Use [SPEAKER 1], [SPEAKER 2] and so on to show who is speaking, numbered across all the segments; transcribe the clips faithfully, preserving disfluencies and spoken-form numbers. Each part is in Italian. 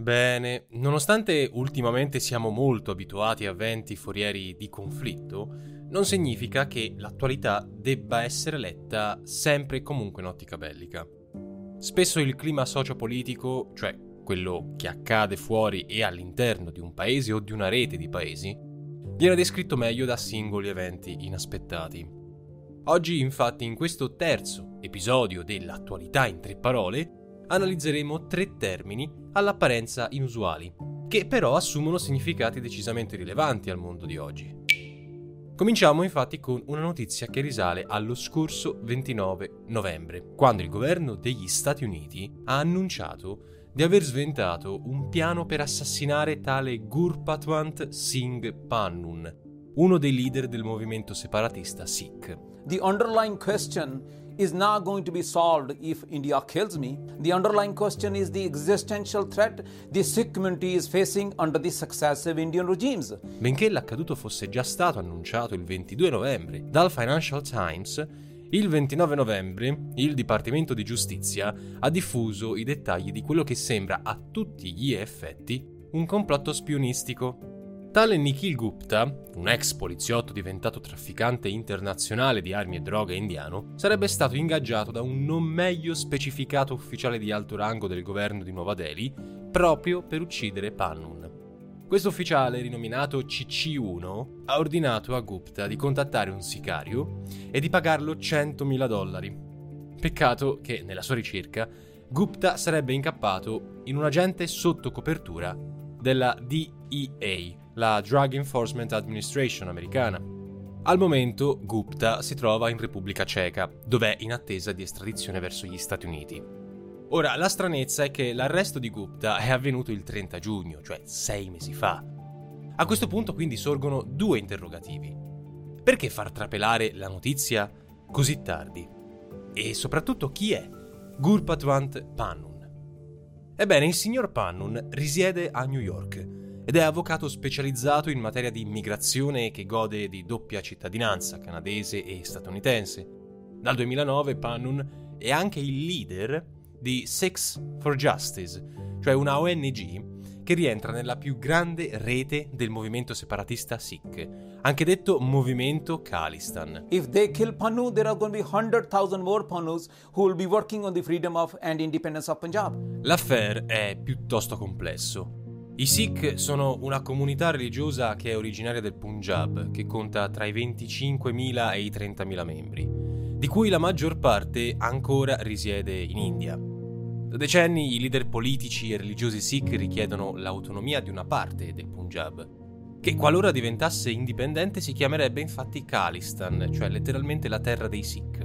[SPEAKER 1] Bene, nonostante ultimamente siamo molto abituati a venti forieri di conflitto, non significa che l'attualità debba essere letta sempre e comunque in ottica bellica. Spesso il clima sociopolitico, cioè quello che accade fuori e all'interno di un paese o di una rete di paesi, viene descritto meglio da singoli eventi inaspettati. Oggi, infatti, in questo terzo episodio dell'attualità in tre parole, analizzeremo tre termini all'apparenza inusuali, che però assumono significati decisamente rilevanti al mondo di oggi. Cominciamo infatti con una notizia che risale allo scorso ventinove novembre, quando il governo degli Stati Uniti ha annunciato di aver sventato un piano per assassinare tale Gurpatwant Singh Pannu, uno dei leader del movimento separatista Sikh.
[SPEAKER 2] The underlying question is not going to be solved if India kills me. The underlying question is the existential threat the Sikh community is facing under the successive Indian regimes.
[SPEAKER 1] Benché l'accaduto fosse già stato annunciato il ventidue novembre dal Financial Times, il ventinove novembre il Dipartimento di Giustizia ha diffuso i dettagli di quello che sembra a tutti gli effetti un complotto spionistico. Tale Nikhil Gupta, un ex poliziotto diventato trafficante internazionale di armi e droga indiano, sarebbe stato ingaggiato da un non meglio specificato ufficiale di alto rango del governo di Nuova Delhi proprio per uccidere Pannu. Questo ufficiale, rinominato C C uno, ha ordinato a Gupta di contattare un sicario e di pagarlo centomila dollari. Peccato che, nella sua ricerca, Gupta sarebbe incappato in un agente sotto copertura della D E A, la Drug Enforcement Administration americana. Al momento Gupta si trova in Repubblica Ceca, dove è in attesa di estradizione verso gli Stati Uniti. Ora, la stranezza è che l'arresto di Gupta è avvenuto il trenta giugno, cioè sei mesi fa. A questo punto quindi sorgono due interrogativi. Perché far trapelare la notizia così tardi? E soprattutto chi è Gurpatwant Pannu? Ebbene, il signor Pannu risiede a New York ed è avvocato specializzato in materia di immigrazione che gode di doppia cittadinanza canadese e statunitense. Dal duemilanove Pannu è anche il leader di Sikhs for Justice, cioè una O N G che rientra nella più grande rete del movimento separatista Sikh, anche detto Movimento Khalistan.
[SPEAKER 2] If they kill Pannu, there are going to be one hundred thousand more Pannus who will be working on the freedom of and independence of Punjab.
[SPEAKER 1] L'affair è piuttosto complesso. I Sikh sono una comunità religiosa che è originaria del Punjab, che conta tra i venticinquemila e i trentamila membri, di cui la maggior parte ancora risiede in India. Da decenni i leader politici e religiosi Sikh richiedono l'autonomia di una parte del Punjab, che qualora diventasse indipendente si chiamerebbe infatti Khalistan, cioè letteralmente la terra dei Sikh.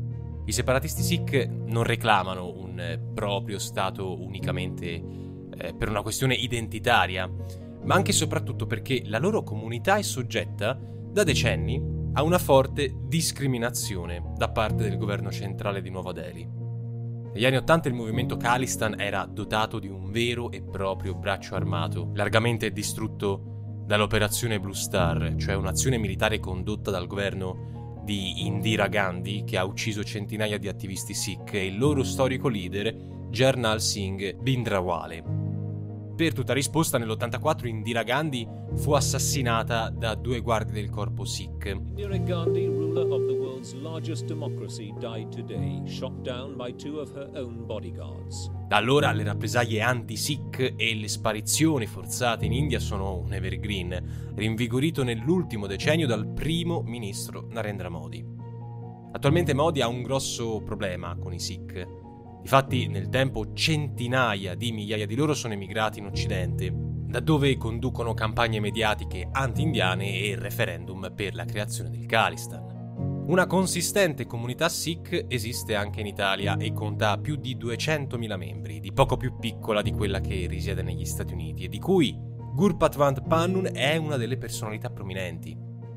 [SPEAKER 1] I separatisti Sikh non reclamano un proprio stato unicamente eh, per una questione identitaria, ma anche e soprattutto perché la loro comunità è soggetta da decenni a una forte discriminazione da parte del governo centrale di Nuova Delhi. Negli anni Ottanta il movimento Khalistan era dotato di un vero e proprio braccio armato, largamente distrutto dall'operazione Blue Star, cioè un'azione militare condotta dal governo di Indira Gandhi che ha ucciso centinaia di attivisti Sikh e il loro storico leader Jarnail Singh Bhindranwale. Per tutta risposta, nell'ottantaquattro Indira Gandhi fu assassinata da due guardie del corpo Sikh.
[SPEAKER 3] Indira Gandhi, ruler of the world's largest democracy, died today, shot down by two of her own bodyguards.
[SPEAKER 1] Da allora le rappresaglie anti-Sikh e le sparizioni forzate in India sono un evergreen, rinvigorito nell'ultimo decennio dal primo ministro Narendra Modi. Attualmente Modi ha un grosso problema con i Sikh. Difatti, nel tempo centinaia di migliaia di loro sono emigrati in Occidente, da dove conducono campagne mediatiche anti-indiane e referendum per la creazione del Khalistan. Una consistente comunità Sikh esiste anche in Italia e conta più di duecentomila membri, di poco più piccola di quella che risiede negli Stati Uniti e di cui Gurpatwant Pannu è una delle personalità prominenti.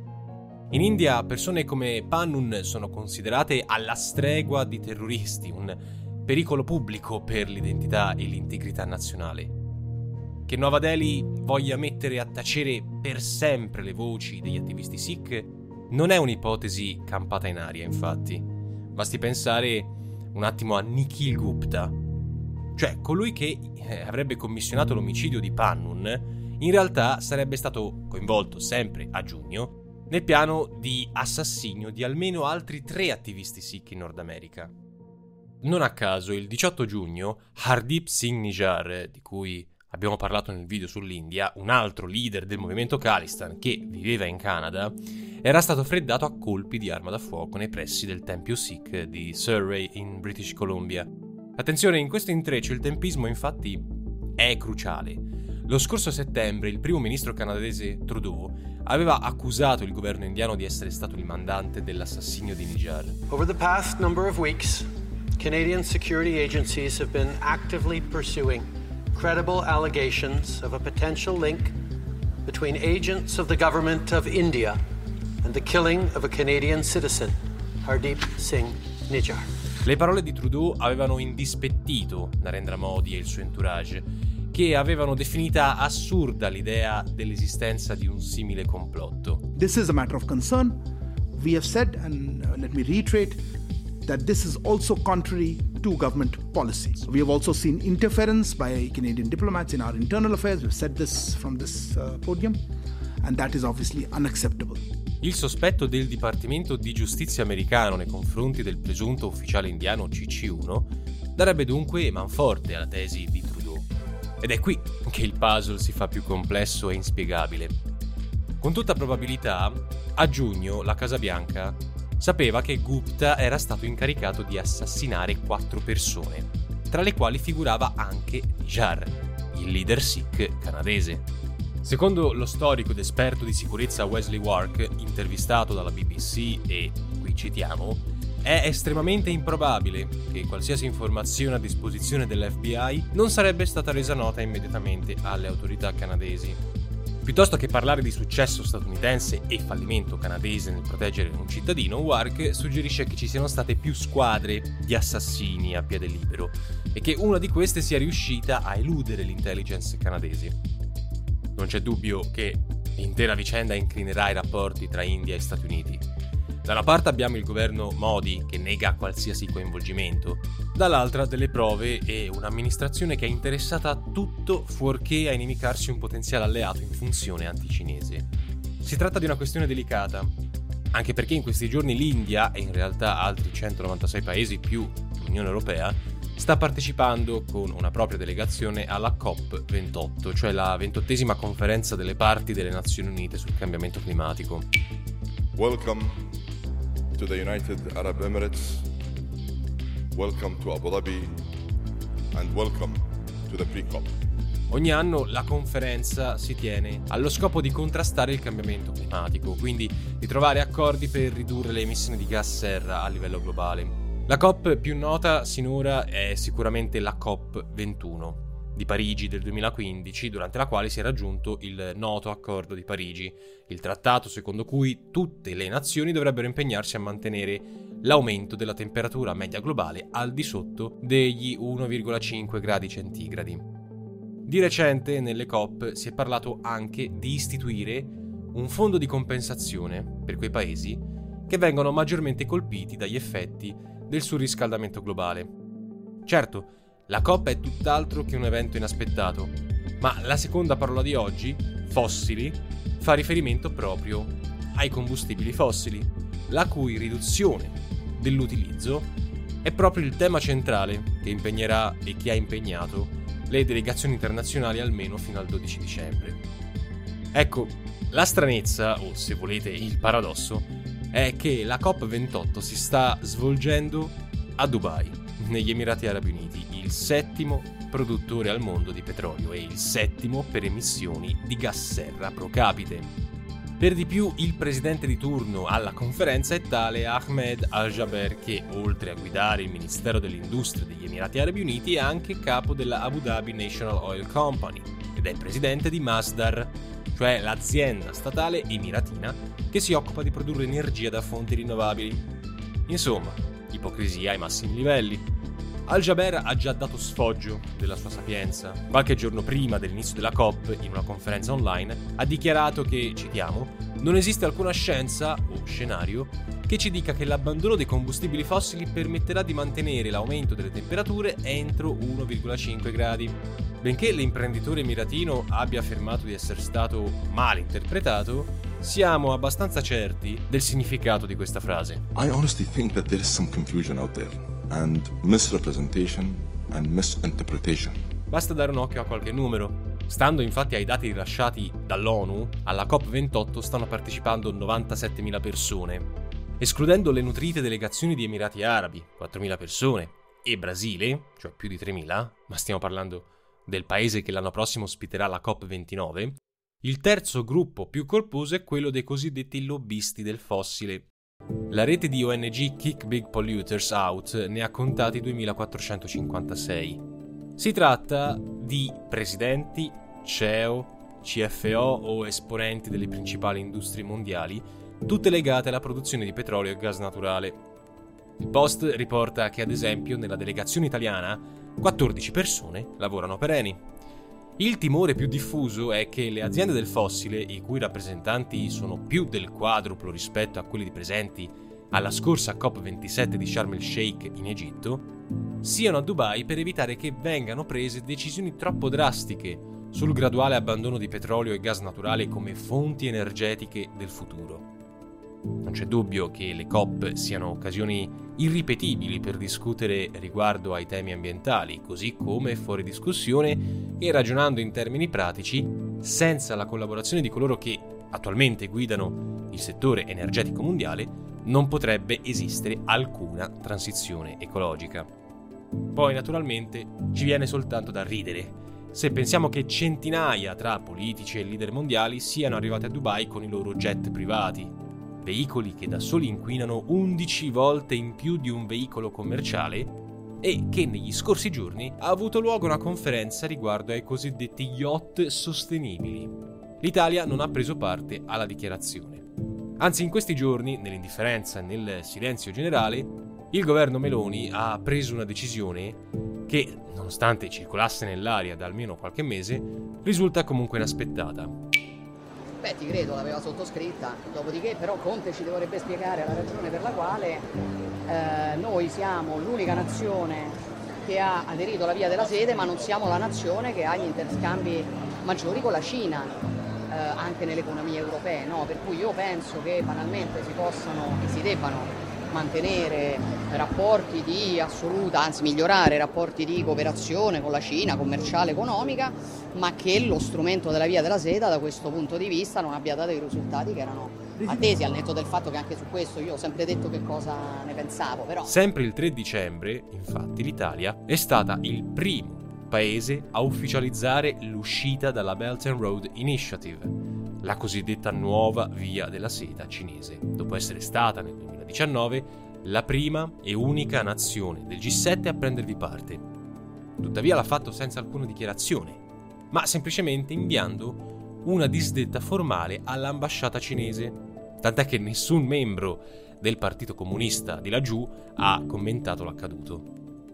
[SPEAKER 1] In India persone come Pannu sono considerate alla stregua di terroristi, un pericolo pubblico per l'identità e l'integrità nazionale. Che Nuova Delhi voglia mettere a tacere per sempre le voci degli attivisti Sikh non è un'ipotesi campata in aria, infatti. Basti pensare un attimo a Nikhil Gupta, cioè colui che eh, avrebbe commissionato l'omicidio di Pannun, in realtà sarebbe stato coinvolto sempre a giugno nel piano di assassinio di almeno altri tre attivisti Sikh in Nord America. Non a caso, il diciotto giugno, Hardeep Singh Nijjar, di cui abbiamo parlato nel video sull'India, un altro leader del movimento Khalistan che viveva in Canada, era stato freddato a colpi di arma da fuoco nei pressi del tempio Sikh di Surrey in British Columbia. Attenzione, in questo intreccio il tempismo infatti è cruciale. Lo scorso settembre il primo ministro canadese Trudeau aveva accusato il governo indiano di essere stato il mandante dell'assassinio di Nijjar.
[SPEAKER 4] Over the past number of weeks, Canadian security agencies have been actively pursuing credible allegations of a potential link between agents of the government of India and the killing of a Canadian citizen, Hardeep Singh Nijjar.
[SPEAKER 1] Le parole di Trudeau avevano indispettito Narendra Modi e il suo entourage, che avevano definita assurda l'idea dell'esistenza di un simile complotto.
[SPEAKER 5] This is a matter of concern. We have said, and uh, let me reiterate, that this is also contrary to government policy. We have also seen interference by Canadian diplomats in our internal affairs. We've said this from this uh, podium, and that is obviously unacceptable.
[SPEAKER 1] Il sospetto del Dipartimento di Giustizia americano nei confronti del presunto ufficiale indiano C C uno darebbe dunque manforte alla tesi di Trudeau. Ed è qui che il puzzle si fa più complesso e inspiegabile. Con tutta probabilità, a giugno la Casa Bianca sapeva che Gupta era stato incaricato di assassinare quattro persone, tra le quali figurava anche Nijjar, il leader Sikh canadese. Secondo lo storico ed esperto di sicurezza Wesley Wark, intervistato dalla B B C, e qui citiamo, è estremamente improbabile che qualsiasi informazione a disposizione dell'F B I non sarebbe stata resa nota immediatamente alle autorità canadesi. Piuttosto che parlare di successo statunitense e fallimento canadese nel proteggere un cittadino, Wark suggerisce che ci siano state più squadre di assassini a piede libero e che una di queste sia riuscita a eludere l'intelligence canadese. Non c'è dubbio che l'intera vicenda inclinerà i rapporti tra India e Stati Uniti. Da una parte abbiamo il governo Modi che nega qualsiasi coinvolgimento, dall'altra delle prove e un'amministrazione che è interessata a tutto fuorché a inimicarsi un potenziale alleato in funzione anticinese. Si tratta di una questione delicata, anche perché in questi giorni l'India, e in realtà altri centonovantasei paesi più l'Unione Europea, sta partecipando con una propria delegazione alla COP ventotto, cioè la ventottesima conferenza delle parti delle Nazioni Unite sul cambiamento climatico.
[SPEAKER 6] Welcome to the United Arab Emirates, welcome to Abu Dhabi, and welcome to the pre-COP.
[SPEAKER 1] Ogni anno la conferenza si tiene allo scopo di contrastare il cambiamento climatico, quindi di trovare accordi per ridurre le emissioni di gas serra a livello globale. La COP più nota sinora è sicuramente la COP ventuno di Parigi del duemilaquindici, durante la quale si è raggiunto il noto Accordo di Parigi, il trattato secondo cui tutte le nazioni dovrebbero impegnarsi a mantenere l'aumento della temperatura media globale al di sotto degli uno virgola cinque gradi centigradi. Di recente nelle COP si è parlato anche di istituire un fondo di compensazione per quei paesi che vengono maggiormente colpiti dagli effetti del surriscaldamento globale. Certo, la COP è tutt'altro che un evento inaspettato, ma la seconda parola di oggi, fossili, fa riferimento proprio ai combustibili fossili, la cui riduzione dell'utilizzo è proprio il tema centrale che impegnerà e che ha impegnato le delegazioni internazionali almeno fino al dodici dicembre. Ecco, la stranezza, o se volete il paradosso, è che la COP ventotto si sta svolgendo a Dubai, negli Emirati Arabi Uniti, il settimo produttore al mondo di petrolio e il settimo per emissioni di gas serra pro capite. Per di più, il presidente di turno alla conferenza è tale Ahmed Al-Jaber, che oltre a guidare il Ministero dell'Industria degli Emirati Arabi Uniti è anche capo della Abu Dhabi National Oil Company ed è presidente di Masdar, cioè l'azienda statale emiratina che si occupa di produrre energia da fonti rinnovabili. Insomma, ipocrisia ai massimi livelli. Al-Jaber ha già dato sfoggio della sua sapienza. Qualche giorno prima dell'inizio della COP, in una conferenza online, ha dichiarato che, citiamo, non esiste alcuna scienza o scenario che ci dica che l'abbandono dei combustibili fossili permetterà di mantenere l'aumento delle temperature entro uno virgola cinque gradi. Benché l'imprenditore emiratino abbia affermato di essere stato male interpretato, siamo abbastanza certi del significato di questa frase.
[SPEAKER 6] I honestly think that there is some confusion out there and misrepresentation and misinterpretation.
[SPEAKER 1] Basta dare un occhio a qualche numero. Stando infatti ai dati rilasciati dall'ONU, alla COP ventotto stanno partecipando novantasettemila persone. Escludendo le nutrite delegazioni di Emirati Arabi, quattromila persone, e Brasile, cioè più di tremila, ma stiamo parlando del paese che l'anno prossimo ospiterà la COP ventinove, il terzo gruppo più corposo è quello dei cosiddetti lobbisti del fossile. La rete di O N G Kick Big Polluters Out ne ha contati duemilaquattrocentocinquantasei. Si tratta di presidenti, C E O, C F O o esponenti delle principali industrie mondiali, tutte legate alla produzione di petrolio e gas naturale. Il Post riporta che, ad esempio, nella delegazione italiana quattordici persone lavorano per Eni. Il timore più diffuso è che le aziende del fossile, i cui rappresentanti sono più del quadruplo rispetto a quelli presenti alla scorsa COP ventisette di Sharm el Sheikh in Egitto, siano a Dubai per evitare che vengano prese decisioni troppo drastiche sul graduale abbandono di petrolio e gas naturale come fonti energetiche del futuro. Non c'è dubbio che le COP siano occasioni irripetibili per discutere riguardo ai temi ambientali, così come fuori discussione e ragionando in termini pratici, senza la collaborazione di coloro che attualmente guidano il settore energetico mondiale, non potrebbe esistere alcuna transizione ecologica. Poi, naturalmente, ci viene soltanto da ridere se pensiamo che centinaia tra politici e leader mondiali siano arrivati a Dubai con i loro jet privati, veicoli che da soli inquinano undici volte in più di un veicolo commerciale, e che negli scorsi giorni ha avuto luogo una conferenza riguardo ai cosiddetti yacht sostenibili. L'Italia non ha preso parte alla dichiarazione. Anzi, in questi giorni, nell'indifferenza e nel silenzio generale, il governo Meloni ha preso una decisione che, nonostante circolasse nell'aria da almeno qualche mese, risulta comunque inaspettata.
[SPEAKER 7] Beh, ti credo, l'aveva sottoscritta, dopodiché però Conte ci dovrebbe spiegare la ragione per la quale eh, noi siamo l'unica nazione che ha aderito alla via della sede, ma non siamo la nazione che ha gli interscambi maggiori con la Cina, eh, anche nelle economie europee, no? Per cui io penso che banalmente si possano e si debbano mantenere rapporti di assoluta, anzi migliorare rapporti di cooperazione con la Cina, commerciale, economica, ma che lo strumento della via della seta da questo punto di vista non abbia dato i risultati che erano attesi, al netto del fatto che anche su questo io ho sempre detto che cosa ne pensavo, però.
[SPEAKER 1] Sempre il tre dicembre, infatti, l'Italia è stata il primo paese a ufficializzare l'uscita dalla Belt and Road Initiative, la cosiddetta nuova via della seta cinese, dopo essere stata nel duemiladiciannove la prima e unica nazione del G sette a prendervi parte. Tuttavia l'ha fatto senza alcuna dichiarazione, ma semplicemente inviando una disdetta formale all'ambasciata cinese, tant'è che nessun membro del Partito Comunista di laggiù ha commentato l'accaduto.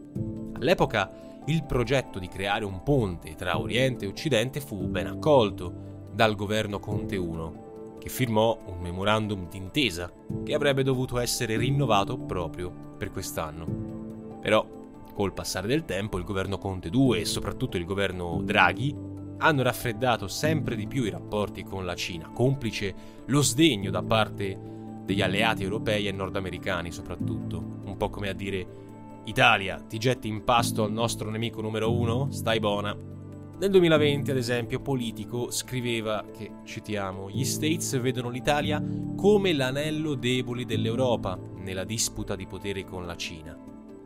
[SPEAKER 1] All'epoca il progetto di creare un ponte tra Oriente e Occidente fu ben accolto dal governo Conte uno, che firmò un memorandum d'intesa che avrebbe dovuto essere rinnovato proprio per quest'anno. Però, col passare del tempo, il governo Conte due e soprattutto il governo Draghi hanno raffreddato sempre di più i rapporti con la Cina, complice lo sdegno da parte degli alleati europei e nordamericani soprattutto, un po' come a dire: Italia, ti getti in pasto al nostro nemico numero uno? Stai buona. Nel duemilaventi, ad esempio, Politico scriveva che, citiamo, gli States vedono l'Italia come l'anello debole dell'Europa nella disputa di potere con la Cina.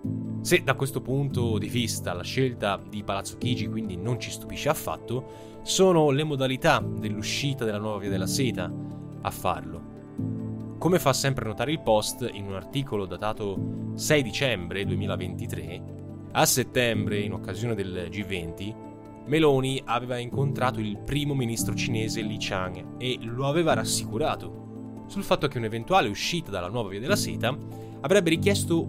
[SPEAKER 1] Se da questo punto di vista la scelta di Palazzo Chigi quindi non ci stupisce affatto, sono le modalità dell'uscita della nuova via della seta a farlo. Come fa sempre notare il Post in un articolo datato sei dicembre duemilaventitré, a settembre, in occasione del G venti, Meloni aveva incontrato il primo ministro cinese Li Qiang e lo aveva rassicurato sul fatto che un'eventuale uscita dalla nuova via della seta avrebbe richiesto un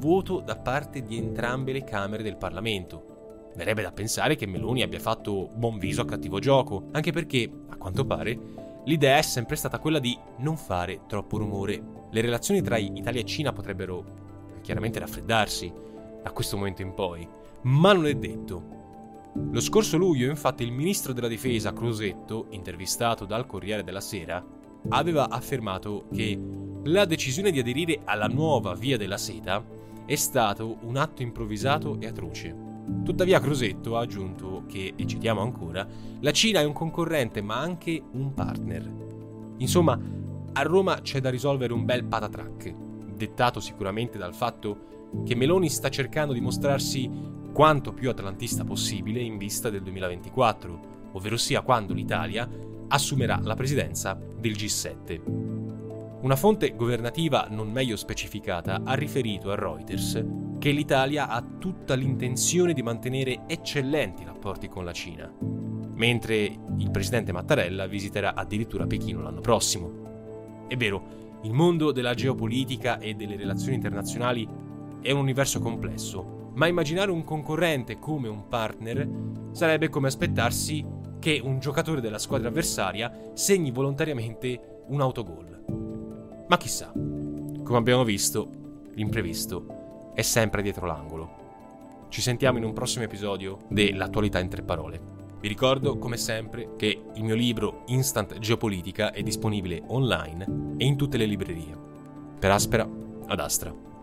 [SPEAKER 1] voto da parte di entrambe le Camere del Parlamento. Verrebbe da pensare che Meloni abbia fatto buon viso a cattivo gioco, anche perché, a quanto pare, l'idea è sempre stata quella di non fare troppo rumore. Le relazioni tra Italia e Cina potrebbero chiaramente raffreddarsi da questo momento in poi, ma non è detto. Lo scorso luglio, infatti, il ministro della difesa Crosetto, intervistato dal Corriere della Sera, aveva affermato che la decisione di aderire alla nuova Via della Seta è stato un atto improvvisato e atroce. Tuttavia Crosetto ha aggiunto che, e citiamo ancora, la Cina è un concorrente ma anche un partner. Insomma, a Roma c'è da risolvere un bel patatrac, dettato sicuramente dal fatto che Meloni sta cercando di mostrarsi quanto più atlantista possibile in vista del duemilaventiquattro, ovvero sia quando l'Italia assumerà la presidenza del G sette. Una fonte governativa non meglio specificata ha riferito a Reuters che l'Italia ha tutta l'intenzione di mantenere eccellenti rapporti con la Cina, mentre il presidente Mattarella visiterà addirittura Pechino l'anno prossimo. È vero, il mondo della geopolitica e delle relazioni internazionali è un universo complesso, ma immaginare un concorrente come un partner sarebbe come aspettarsi che un giocatore della squadra avversaria segni volontariamente un autogol. Ma chissà, come abbiamo visto, l'imprevisto è sempre dietro l'angolo. Ci sentiamo in un prossimo episodio dell'Attualità in tre parole. Vi ricordo, come sempre, che il mio libro Instant Geopolitica è disponibile online e in tutte le librerie. Per Aspera, ad Astra.